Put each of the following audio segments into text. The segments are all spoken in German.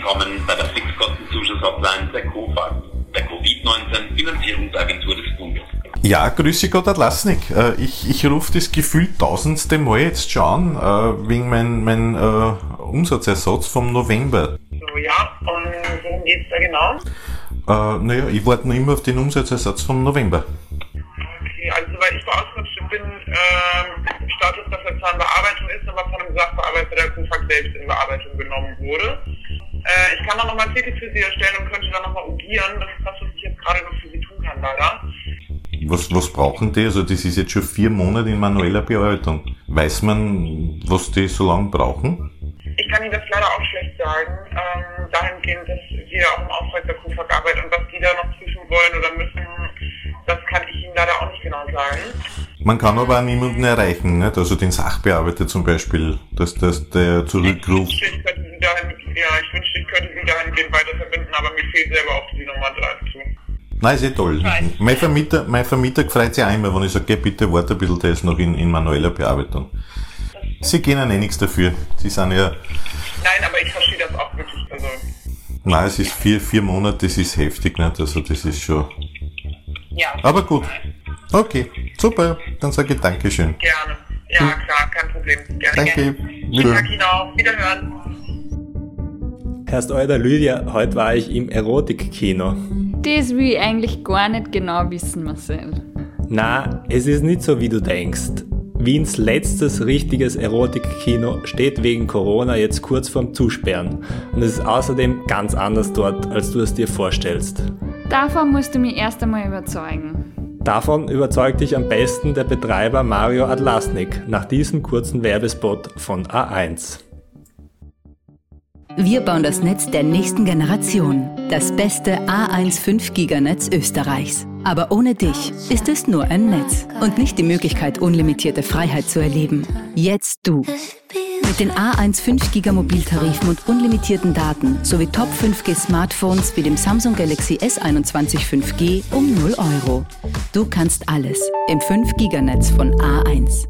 willkommen bei der Fixkostenzuschuss-Hotline der KOFAG, der Covid-19-Finanzierungsagentur des Bundes. Ja, grüße Gott, Atlasnik. Ich rufe das gefühlt tausendste Mal jetzt schon an, wegen mein Umsatzersatz vom November. So, ja, und worum geht's da genau? Naja, ich warte noch immer auf den Umsatzersatz vom November. Okay, also soweit ich beauskunft bin, Status, dass er zwar in Bearbeitung ist, aber von einem Sachbearbeiter der KOFAG selbst in Bearbeitung genommen wurde. Ich kann da nochmal einen Titel für Sie erstellen und könnte da nochmal ugieren. Das ist das, was ich jetzt gerade noch für Sie tun kann, leider. Was brauchen die? Also das ist jetzt schon 4 Monate in manueller Bearbeitung. Weiß man, was die so lange brauchen? Ich kann Ihnen das leider auch schlecht sagen. Dahingehend, dass wir auch im Auftrag der KOFAG arbeiten und was die da noch prüfen wollen oder müssen, das kann ich Ihnen leider auch nicht genau sagen. Man kann aber auch niemanden erreichen, nicht? Also den Sachbearbeiter zum Beispiel, dass der zurückruft. Ich wünschte, ich könnte Sie dahingehend weiter verbinden, aber mir fehlt selber auch die Nummer 3 zu. Nein, ist eh toll. Mein Vermieter freut sich auch immer, wenn ich sage, bitte warte ein bisschen, der ist noch in manueller Bearbeitung. Sie können nichts dafür. Sie sind ja... Nein, aber ich verstehe das auch wirklich. Also. Nein, es ist 4 Monate, das ist heftig, nicht? Also das ist schon... Ja. Aber gut. Okay, super. Dann sage ich Dankeschön. Gerne. Ja, klar, kein Problem. Gerne. Danke. Schönen Tag Ihnen auch. Wiederhören. Herrst Alter Lydia, heute war ich im Erotikkino. Das will ich eigentlich gar nicht genau wissen, Marcel. Na, es ist nicht so, wie du denkst. Wiens letztes richtiges Erotikkino steht wegen Corona jetzt kurz vorm Zusperren. Und es ist außerdem ganz anders dort, als du es dir vorstellst. Davon musst du mich erst einmal überzeugen. Davon überzeugt dich am besten der Betreiber Mario Adlasnik nach diesem kurzen Werbespot von A1. Wir bauen das Netz der nächsten Generation. Das beste A1 5-Giganetz Österreichs. Aber ohne dich ist es nur ein Netz und nicht die Möglichkeit, unlimitierte Freiheit zu erleben. Jetzt du. Mit den A1 5 Mobiltarifen und unlimitierten Daten sowie Top 5G Smartphones wie dem Samsung Galaxy S21 5G um 0 €. Du kannst alles im 5-Giganetz von A1.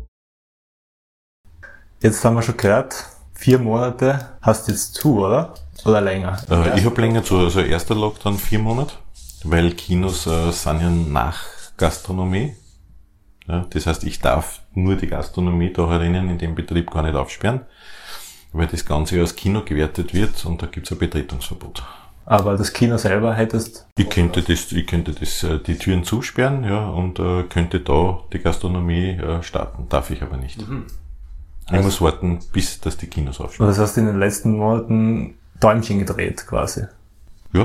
Jetzt haben wir schon gehört, 4 Monate hast du jetzt zu, oder? Oder länger? Ich habe länger zu, also erster Lockdown 4 Monate, weil Kinos sind ja nach Gastronomie. Ja, das heißt, ich darf nur die Gastronomie da herinnen in dem Betrieb gar nicht aufsperren, weil das Ganze als Kino gewertet wird und da gibt's ein Betretungsverbot. Aber das Kino selber hättest... Ich könnte die Türen zusperren, ja, und könnte da die Gastronomie starten, darf ich aber nicht. Mhm. Ich muss warten, bis dass die Kinos aufsperren. Das heißt, in den letzten Monaten Däumchen gedreht, quasi. Ja.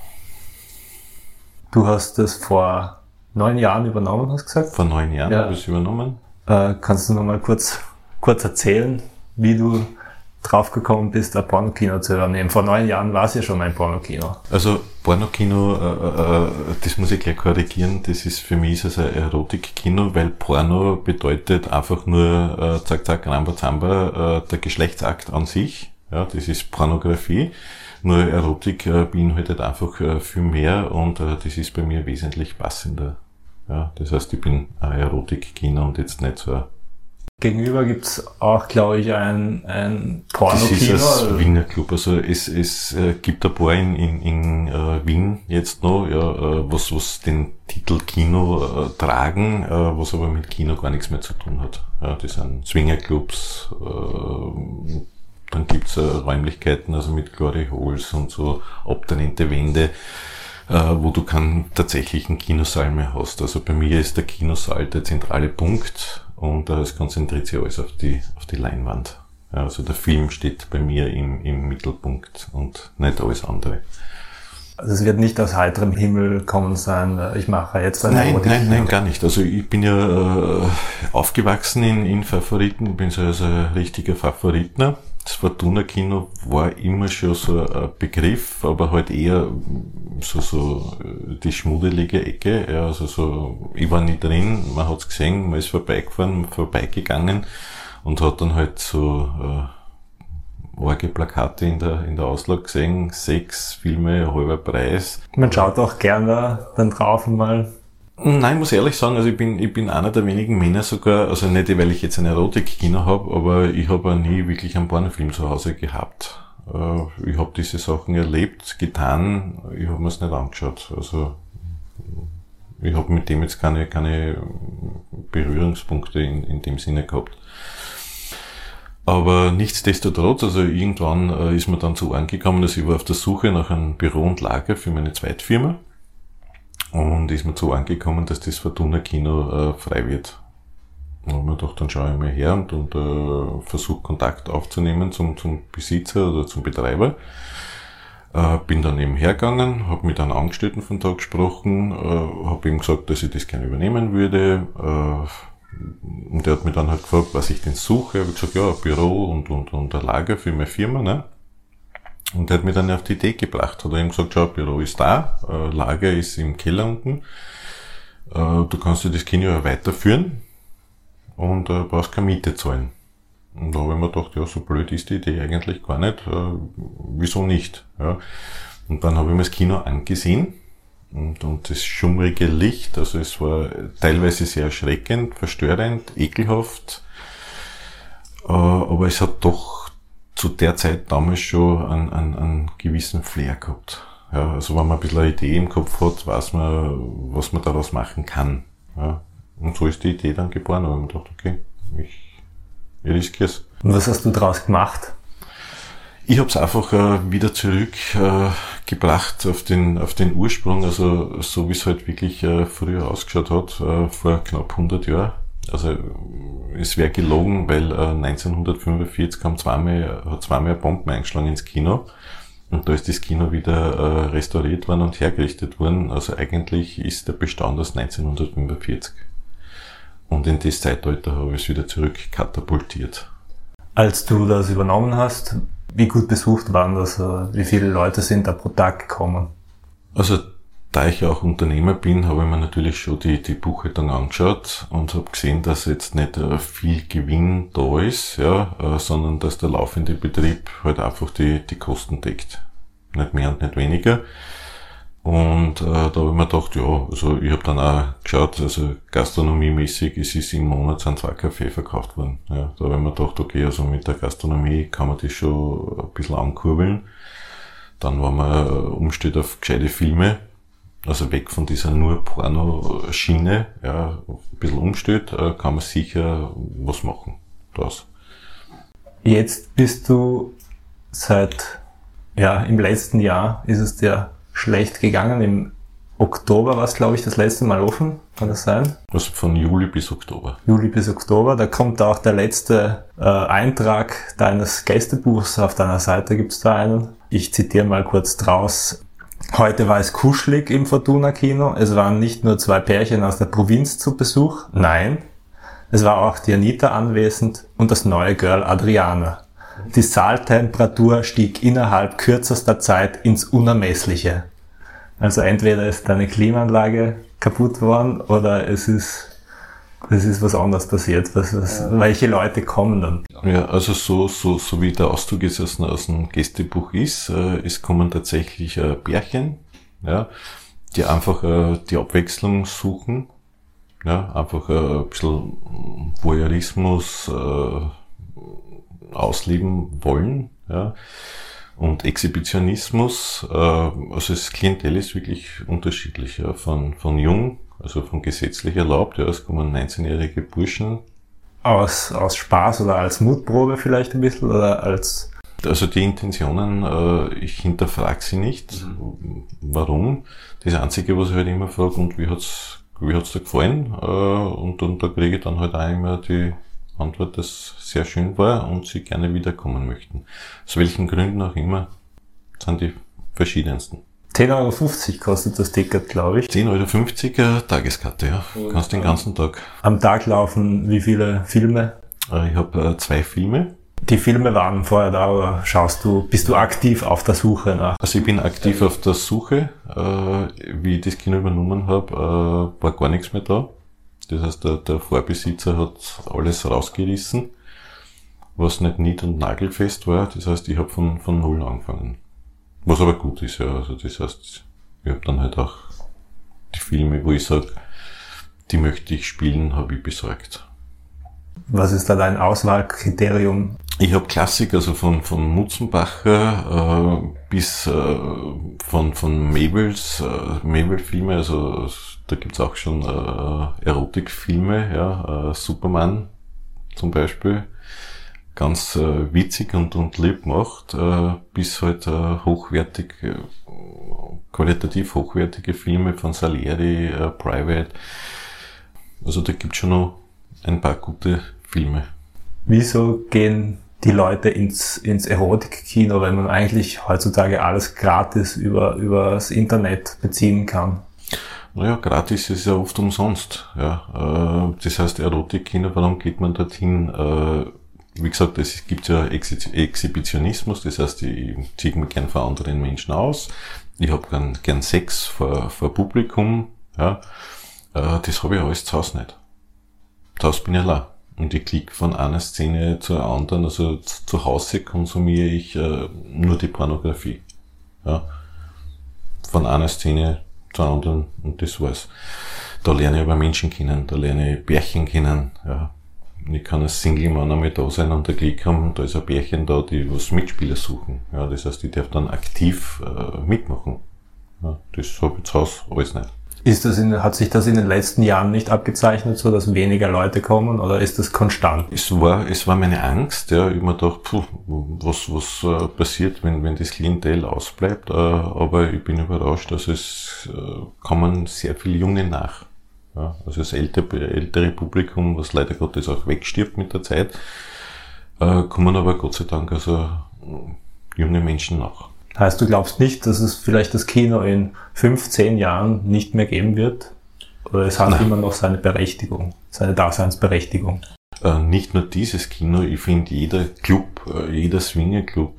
Du hast das vor 9 Jahren übernommen, hast du gesagt? Vor 9 Jahren Ja. habe ich es übernommen. Kannst du noch mal kurz erzählen, wie du draufgekommen bist, ein Pornokino zu übernehmen? Vor 9 Jahren war es ja schon ein Pornokino. Also Pornokino, das muss ich gleich korrigieren, das ist für mich ist es ein Erotikkino, weil Porno bedeutet einfach nur zack, zack, Ramba, Zamba, der Geschlechtsakt an sich. Ja, das ist Pornografie. Nur Erotik beinhaltet einfach viel mehr und das ist bei mir wesentlich passender. Ja, das heißt, ich bin ein Erotikkino und jetzt nicht so ein... Gegenüber gibt's auch, glaube ich, ein Pornokino. Das ist das Wiener Club. Also es gibt ein paar in Wien jetzt noch, ja, was den Titel Kino tragen, was aber mit Kino gar nichts mehr zu tun hat. Ja, das sind Swingerclubs, dann gibt's Räumlichkeiten, also mit Glory Holes und so abtrennende Wände, wo du keinen tatsächlichen Kinosaal mehr hast. Also bei mir ist der Kinosaal der zentrale Punkt und es konzentriert sich alles auf die Leinwand. Ja, also der Film steht bei mir im Mittelpunkt und nicht alles andere. Also es wird nicht aus heiterem Himmel kommen sein, ich mache jetzt ein Erotikkino. Nein, gar nicht. Also ich bin ja aufgewachsen in Favoriten, bin so also ein richtiger Favoritner. Das Fortuna-Kino war immer schon so ein Begriff, aber halt eher so die schmuddelige Ecke. Ja, also so, ich war nie drin, man hat's gesehen, man ist vorbeigegangen und hat dann halt so arge Plakate in der Auslage gesehen, 6 Filme, halber Preis. Man schaut auch gerne dann drauf und mal. Nein, ich muss ehrlich sagen, also ich bin einer der wenigen Männer sogar, also nicht, weil ich jetzt ein Erotikkino habe, aber ich habe auch nie wirklich einen Pornofilm zu Hause gehabt. Ich habe diese Sachen erlebt, getan, ich habe mir es nicht angeschaut. Also ich habe mit dem jetzt keine Berührungspunkte in dem Sinne gehabt. Aber nichtsdestotrotz, also irgendwann ist mir dann zu Ohren gekommen, dass ich war auf der Suche nach einem Büro und Lager für meine Zweitfirma. Und ist mir zu Ohren gekommen, dass das Fortuna Kino frei wird. Da habe ich mir gedacht, dann schaue ich mal her und versuche Kontakt aufzunehmen zum Besitzer oder zum Betreiber. Bin dann eben hergegangen, habe mit einem Angestellten von da gesprochen, habe ihm gesagt, dass ich das gerne übernehmen würde. Und der hat mich dann halt gefragt, was ich denn suche. Habe ich gesagt, ja, ein Büro und ein Lager für meine Firma, ne? Und der hat mich dann auf die Idee gebracht. Hat er ihm gesagt, schau, Büro ist da, Lager ist im Keller unten. Du kannst dir das Kino ja weiterführen und brauchst keine Miete zahlen. Und da habe ich mir gedacht, ja, so blöd ist die Idee eigentlich gar nicht. Wieso nicht? Ja. Und dann habe ich mir das Kino angesehen. Und das schummrige Licht, also es war teilweise sehr erschreckend, verstörend, ekelhaft, aber es hat doch zu der Zeit damals schon einen gewissen Flair gehabt. Ja, also wenn man ein bisschen eine Idee im Kopf hat, weiß man, was man daraus machen kann. Ja. Und so ist die Idee dann geboren, aber ich habe mir gedacht, okay, ich riskiere es. Und was hast du daraus gemacht? Ich habe es einfach wieder zurückgebracht auf den Ursprung, also so wie es halt wirklich früher ausgeschaut hat, vor knapp 100 Jahren. Also es wäre gelogen, weil 1945 hat zweimal eine Bombe eingeschlagen ins Kino und da ist das Kino wieder restauriert worden und hergerichtet worden. Also eigentlich ist der Bestand aus 1945. Und in das Zeitalter habe ich es wieder zurückkatapultiert. Als du das übernommen hast, wie gut besucht waren das? Wie viele Leute sind da pro Tag gekommen? Also, da ich auch Unternehmer bin, habe ich mir natürlich schon die Buchhaltung angeschaut und habe gesehen, dass jetzt nicht viel Gewinn da ist, ja, sondern dass der laufende Betrieb halt einfach die Kosten deckt. Nicht mehr und nicht weniger. Und da habe ich mir gedacht, ja, also ich habe dann auch geschaut, also gastronomiemäßig, es ist im Monat 2 Kaffee verkauft worden. Ja, da habe ich mir gedacht, okay, also mit der Gastronomie kann man das schon ein bisschen ankurbeln. Dann war man umgestellt auf gescheite Filme, also weg von dieser nur Porno-Schiene, ja, ein bisschen umgestellt, kann man sicher was machen draus. Jetzt bist du im letzten Jahr ist es dir schlecht gegangen. Im Oktober war es, glaube ich, das letzte Mal offen. Kann das sein? Also von Juli bis Oktober. Juli bis Oktober. Da kommt auch der letzte Eintrag deines Gästebuchs. Auf deiner Seite gibt's da einen. Ich zitiere mal kurz draus. Heute war es kuschelig im Fortuna Kino. Es waren nicht nur 2 Pärchen aus der Provinz zu Besuch. Nein, es war auch die Anita anwesend und das neue Girl Adriana. Die Saaltemperatur stieg innerhalb kürzester Zeit ins Unermessliche. Also entweder ist deine Klimaanlage kaputt worden oder es ist was anderes passiert. Welche Leute kommen dann? Ja, also so wie der Auszug jetzt aus dem Gästebuch ist, es kommen tatsächlich Pärchen, ja, die einfach die Abwechslung suchen, ja, einfach ein bisschen Voyeurismus ausleben wollen, ja, und Exhibitionismus, also das Klientel ist wirklich unterschiedlich, ja, von jung, also von gesetzlich erlaubt, ja, es kommen 19-jährige Burschen. Aus Spaß oder als Mutprobe vielleicht ein bisschen, oder als... Also die Intentionen, ich hinterfrage sie nicht. Warum? Das Einzige, was ich halt immer frage, und wie hat's dir gefallen? Und da kriege ich dann halt auch immer die Antwort, dass es sehr schön war und sie gerne wiederkommen möchten. Aus welchen Gründen auch immer, sind die verschiedensten. 10,50 € kostet das Ticket, glaube ich. 10,50 € Tageskarte, ja. Du kannst den ganzen Tag. Am Tag laufen wie viele Filme? Ich habe 2 Filme. Die Filme waren vorher da, oder bist du aktiv auf der Suche nach? Also ich bin aktiv auf der Suche. Wie ich das Kino übernommen habe, war gar nichts mehr da. Das heißt, der Vorbesitzer hat alles rausgerissen, was nicht nied- und nagelfest war. Das heißt, ich habe von null angefangen. Was aber gut ist, ja. Also das heißt, ich habe dann halt auch die Filme, wo ich sage, die möchte ich spielen, habe ich besorgt. Was ist da dein Auswahlkriterium? Ich habe Klassik, also von Mutzenbacher bis von Mabels, Mabel-Filme, also da gibt's auch schon Erotikfilme, ja, Superman zum Beispiel, ganz witzig und lieb gemacht, bis halt hochwertig, qualitativ hochwertige Filme von Salieri, Private. Also da gibt's schon noch ein paar gute Filme. Wieso gehen die Leute ins Erotikkino, wenn man eigentlich heutzutage alles gratis übers Internet beziehen kann? Naja, gratis ist ja oft umsonst. Ja. Das heißt, Erotikkino, warum geht man dorthin? Wie gesagt, es gibt ja Exhibitionismus, das heißt, ich ziehe mich gern vor anderen Menschen aus. Ich habe gern Sex vor Publikum. Ja. Das habe ich alles zu Hause nicht. Zu Hause bin ich allein. Und ich klicke von einer Szene zur anderen, also zu Hause konsumiere ich nur die Pornografie. Ja. Von einer Szene zur anderen und das war's. Da lerne ich aber Menschen kennen, da lerne ich Pärchen kennen. Ja. Ich kann als Single-Mann einmal da sein und der Klick haben, da ist ein Pärchen da, die was Mitspieler suchen. Ja, das heißt, ich darf dann aktiv mitmachen. Ja, das habe ich zu Hause alles nicht. Hat sich das in den letzten Jahren nicht abgezeichnet, so dass weniger Leute kommen, oder ist das konstant? Es war meine Angst, ja. Ich hab mir gedacht, was passiert, wenn das Klientel ausbleibt, aber ich bin überrascht, dass es kommen sehr viele Junge nach. Ja, also das ältere Publikum, was leider Gottes auch wegstirbt mit der Zeit, kommen aber Gott sei Dank also junge Menschen nach. Heißt, du glaubst nicht, dass es vielleicht das Kino in 5-10 Jahren nicht mehr geben wird? Oder es hat immer noch seine Berechtigung, seine Daseinsberechtigung? Nicht nur dieses Kino, ich finde jeder Club, jeder Swingerclub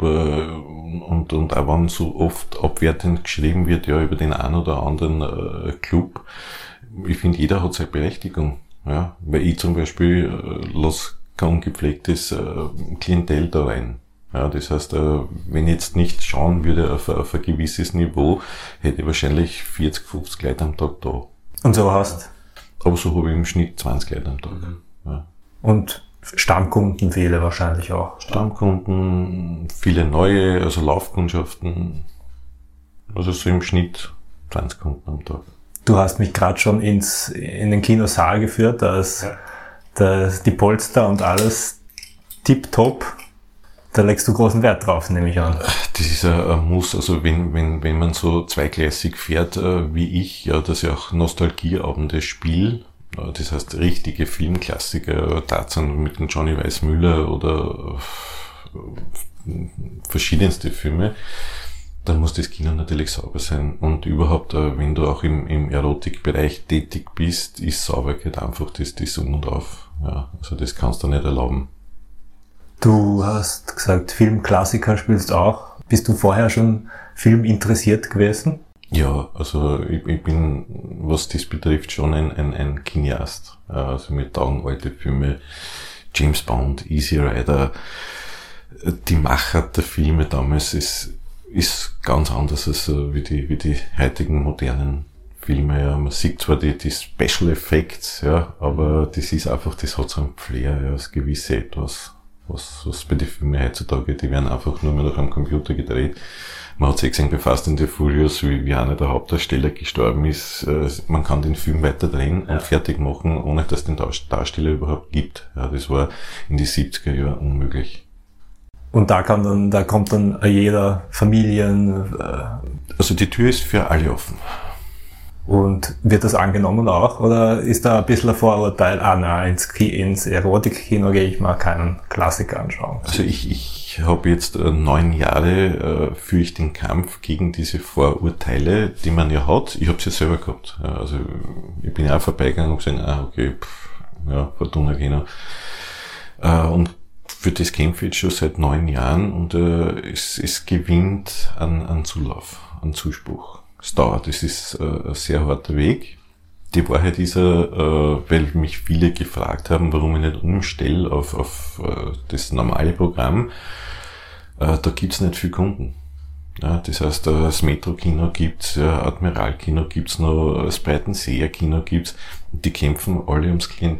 und auch wenn so oft abwertend geschrieben wird, ja, über den einen oder anderen Club, ich finde jeder hat seine Berechtigung. Ja, weil ich zum Beispiel lasse kein ungepflegtes Klientel da rein. Ja, das heißt, wenn ich jetzt nicht schauen würde auf ein gewisses Niveau, hätte ich wahrscheinlich 40, 50 Leute am Tag da. Und so hast? Aber so habe ich im Schnitt 20 Leute am Tag. Ja. Und Stammkunden viele wahrscheinlich auch. Stammkunden, viele neue, also Laufkundschaften. Also so im Schnitt 20 Kunden am Tag. Du hast mich gerade schon in den Kinosaal geführt, da die Polster und alles tipptopp. Da legst du großen Wert drauf, nehme ich an. Das ist ein Muss, also wenn man so zweigleisig fährt wie ich, ja, dass ich auch Nostalgieabende spiele, das heißt richtige Filmklassiker, Tarzan mit dem Johnny Weissmuller oder verschiedenste Filme, dann muss das Kino natürlich sauber sein. Und überhaupt, wenn du auch im Erotikbereich tätig bist, ist Sauberkeit einfach das Um und Auf. Ja, also das kannst du nicht erlauben. Du hast gesagt, Filmklassiker spielst auch. Bist du vorher schon filminteressiert gewesen? Ja, also ich bin, was das betrifft, schon ein Cineast. Also mir taugen alte Filme, James Bond, Easy Rider. Die Machart der Filme damals ist ganz anders als wie die heutigen modernen Filme. Ja. Man sieht zwar die Special Effects, ja, aber das ist einfach, das hat so ein Flair, ja, das gewisse Etwas. Was bei den Filmen heutzutage, die werden einfach nur mehr nach einem Computer gedreht. Man hat sich gesehen, bei Fast and the Furious, wie einer der Hauptdarsteller gestorben ist. Man kann den Film weiter drehen und fertig machen, ohne dass es den Darsteller überhaupt gibt. Ja, das war in die 70er Jahren unmöglich. Und da kommt dann jeder Familien... Also die Tür ist für alle offen. Und wird das angenommen auch? Oder ist da ein bisschen ein Vorurteil, ins Erotikkino gehe ich mal keinen Klassiker anschauen? Also ich habe jetzt 9 Jahre führe ich den Kampf gegen diese Vorurteile, die man ja hat. Ich habe sie ja selber gehabt. Also ich bin ja auch vorbeigegangen und gesagt, okay, Fortuna Kino. Und für das kämpfe ich jetzt schon seit 9 Jahren und es gewinnt an Zulauf, an Zuspruch. Es dauert, es ist ein sehr harter Weg. Die Wahrheit ist weil mich viele gefragt haben, warum ich nicht umstelle auf das normale Programm. Da gibt's nicht viel Kunden. Ja, das heißt, das Metro-Kino gibt's, Admiral-Kino gibt's noch, das Breitenseer-Kino gibt's. Die kämpfen alle ums Klientel.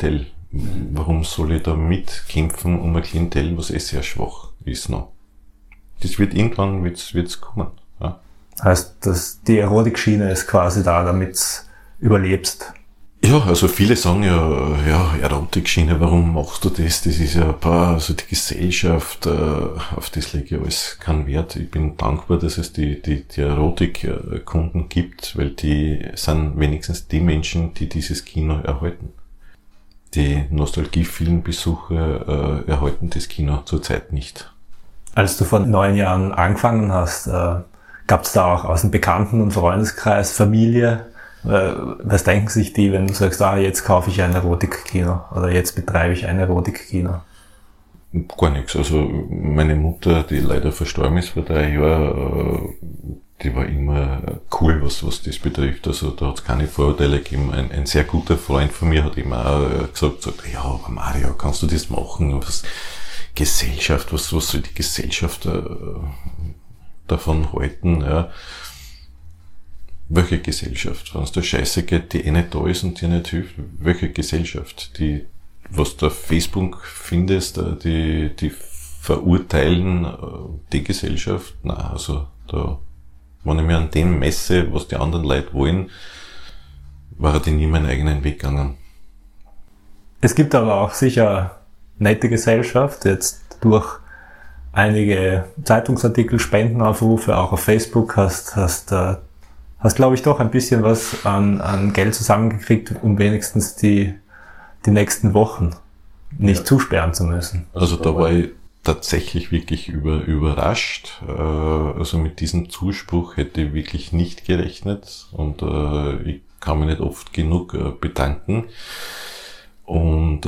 warum soll ich da mitkämpfen um ein Klientel, was sehr schwach ist noch? Das wird irgendwann wird's kommen. Ja. Heißt, dass die Erotikschiene ist quasi da, damit's überlebst? Ja, also viele sagen ja, Erotikschiene, warum machst du das? Das ist ja, also die Gesellschaft, auf das lege ich alles keinen Wert. Ich bin dankbar, dass es die Erotikkunden gibt, weil die sind wenigstens die Menschen, die dieses Kino erhalten. Die Nostalgiefilmbesucher erhalten das Kino zurzeit nicht. Als du vor 9 Jahren angefangen hast, gab es da auch aus dem Bekannten- und Freundeskreis, Familie, was denken sich die, wenn du sagst, jetzt kaufe ich ein Erotikkino oder jetzt betreibe ich ein Erotikkino? Gar nichts. Also meine Mutter, die leider verstorben ist vor 3 Jahren, die war immer cool, was das betrifft. Also da hat es keine Vorurteile gegeben. Ein sehr guter Freund von mir hat immer auch gesagt, ja, aber Mario, kannst du das machen? Gesellschaft, was soll die Gesellschaft davon halten? Ja? Welche Gesellschaft? Wenn es der Scheiße geht, die nicht da ist und dir nicht hilft, welche Gesellschaft? Was du auf Facebook findest, die verurteilen die Gesellschaft? Nein, also da, wenn ich mir an dem messe, was die anderen Leute wollen, war ich nie meinen eigenen Weg gegangen. Es gibt aber auch sicher nette Gesellschaft, jetzt durch einige Zeitungsartikel, Spendenaufrufe, auch auf Facebook hast glaube ich doch ein bisschen was an Geld zusammengekriegt, um wenigstens die nächsten Wochen nicht zusperren zu müssen. Also da war ich tatsächlich wirklich überrascht. Also mit diesem Zuspruch hätte ich wirklich nicht gerechnet und ich kann mich nicht oft genug bedanken. Und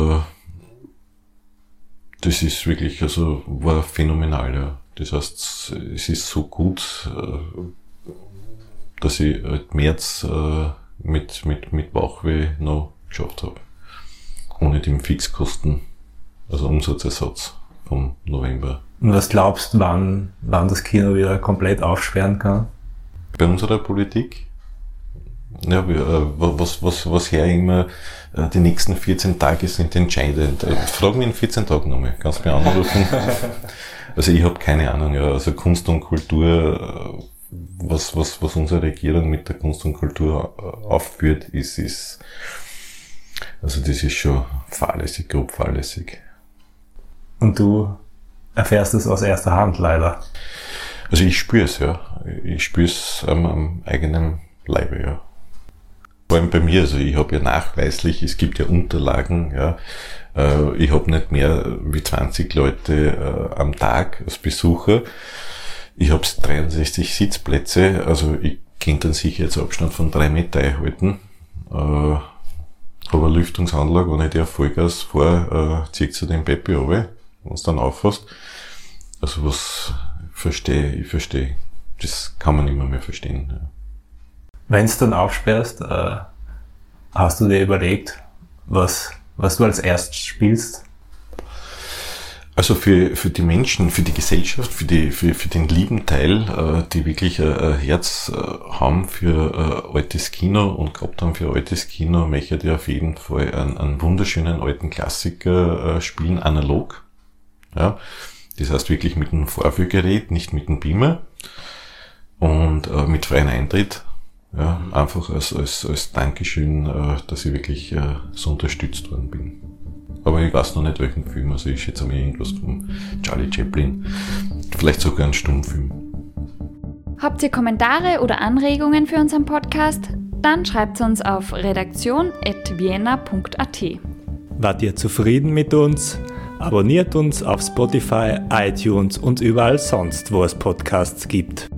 das ist wirklich, also war phänomenal. Ja. Das heißt, es ist so gut, dass ich halt März mit Bauchweh noch geschafft habe. Ohne den Fixkosten, also Umsatzersatz vom November. Und was glaubst du, wann das Kino wieder komplett aufsperren kann? Bei unserer Politik? Ja, was her immer, die nächsten 14 Tage sind entscheidend. Frag mich in 14 Tagen nochmal, kannst du mir anrufen? Also ich habe keine Ahnung, ja, also Kunst und Kultur, was unsere Regierung mit der Kunst und Kultur aufführt, also das ist schon fahrlässig, grob fahrlässig. Und du erfährst es aus erster Hand, leider. Also ich spüre es, ja. Ich spüre es am eigenen Leibe, ja. Vor allem bei mir, also ich habe ja nachweislich, es gibt ja Unterlagen, ja. Ich habe nicht mehr wie 20 Leute am Tag als Besucher. Ich habe 63 Sitzplätze, also ich könnte einen Sicherheitsabstand von 3 Meter einhalten. Habe eine Lüftungsanlage, wenn ich der Vollgas fahre, zieht zu den Peppi runter, wenn es dann auffasst. Also was ich verstehe. Das kann man immer mehr verstehen. Ja. Wenn es dann aufsperrst, hast du dir überlegt, was du als erstes spielst? Also für die Menschen, für die Gesellschaft, für den lieben Teil, die wirklich ein Herz haben für altes Kino und gehabt haben für altes Kino, möchte ich auf jeden Fall einen wunderschönen alten Klassiker spielen, analog. Ja, das heißt wirklich mit einem Vorführgerät, nicht mit einem Beamer und mit freiem Eintritt. Ja, einfach als Dankeschön, dass ich wirklich so unterstützt worden bin. Aber ich weiß noch nicht, welchen Film. Also ich schätze mir irgendwas von Charlie Chaplin. Vielleicht sogar einen Stummfilm. Habt ihr Kommentare oder Anregungen für unseren Podcast? Dann schreibt uns auf redaktion@vienna.at. Wart ihr zufrieden mit uns? Abonniert uns auf Spotify, iTunes und überall sonst, wo es Podcasts gibt.